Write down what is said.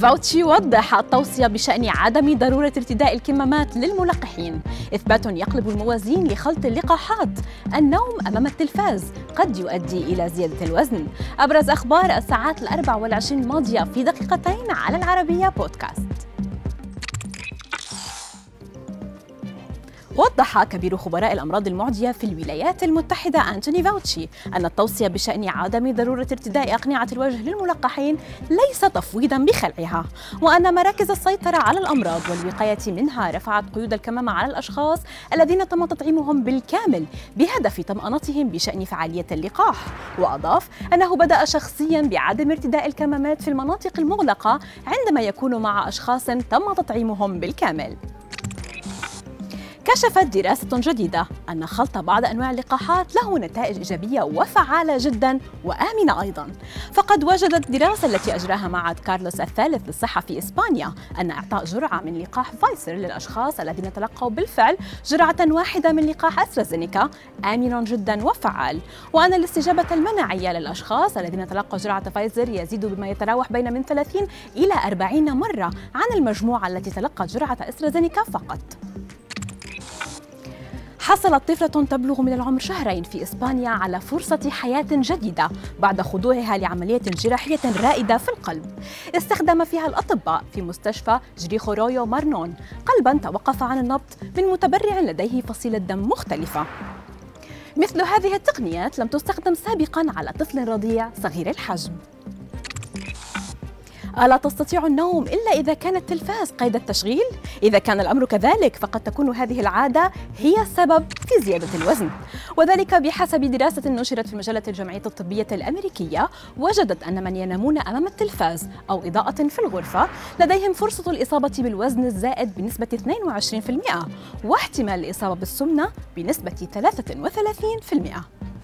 فاوتشي وضح التوصية بشأن عدم ضرورة ارتداء الكمامات للملقحين. إثبات يقلب الموازين لخلط اللقاحات. النوم أمام التلفاز قد يؤدي إلى زيادة الوزن. أبرز أخبار الساعات 24 الماضية في دقيقتين على العربية بودكاست. وضح كبير خبراء الأمراض المعدية في الولايات المتحدة أنتوني فاوتشي أن التوصية بشأن عدم ضرورة ارتداء أقنعة الوجه للملقحين ليس تفويضاً بخلعها، وأن مراكز السيطرة على الأمراض والوقاية منها رفعت قيود الكمامة على الأشخاص الذين تم تطعيمهم بالكامل بهدف طمأنتهم بشأن فعالية اللقاح. وأضاف أنه بدأ شخصياً بعدم ارتداء الكمامات في المناطق المغلقة عندما يكون مع أشخاص تم تطعيمهم بالكامل. كشفت دراسة جديدة أن خلط بعض أنواع اللقاحات له نتائج إيجابية وفعالة جداً وآمنة أيضاً. فقد وجدت الدراسة التي أجراها معهد كارلوس الثالث للصحة في إسبانيا أن إعطاء جرعة من لقاح فايزر للأشخاص الذين تلقوا بالفعل جرعة واحدة من لقاح أسترازينيكا آمن جداً وفعال، وأن الاستجابة المناعية للأشخاص الذين تلقوا جرعة فايزر يزيد بما يتراوح بين من 30 إلى 40 مرة عن المجموعة التي تلقت جرعة أسترازينيكا فقط. حصلت طفلة تبلغ من العمر شهرين في إسبانيا على فرصة حياة جديدة بعد خضوعها لعملية جراحية رائدة في القلب استخدم فيها الأطباء في مستشفى جريخورويو مارنون قلباً توقف عن النبض من متبرع لديه فصيلة دم مختلفة. مثل هذه التقنيات لم تستخدم سابقاً على طفل رضيع صغير الحجم. ألا تستطيع النوم إلا إذا كان التلفاز قيد التشغيل؟ إذا كان الأمر كذلك فقد تكون هذه العادة هي السبب في زيادة الوزن، وذلك بحسب دراسة نشرت في مجلة الجمعية الطبية الأمريكية. وجدت أن من ينامون أمام التلفاز أو إضاءة في الغرفة لديهم فرصة الإصابة بالوزن الزائد بنسبة 22%، واحتمال الإصابة بالسمنة بنسبة 33%.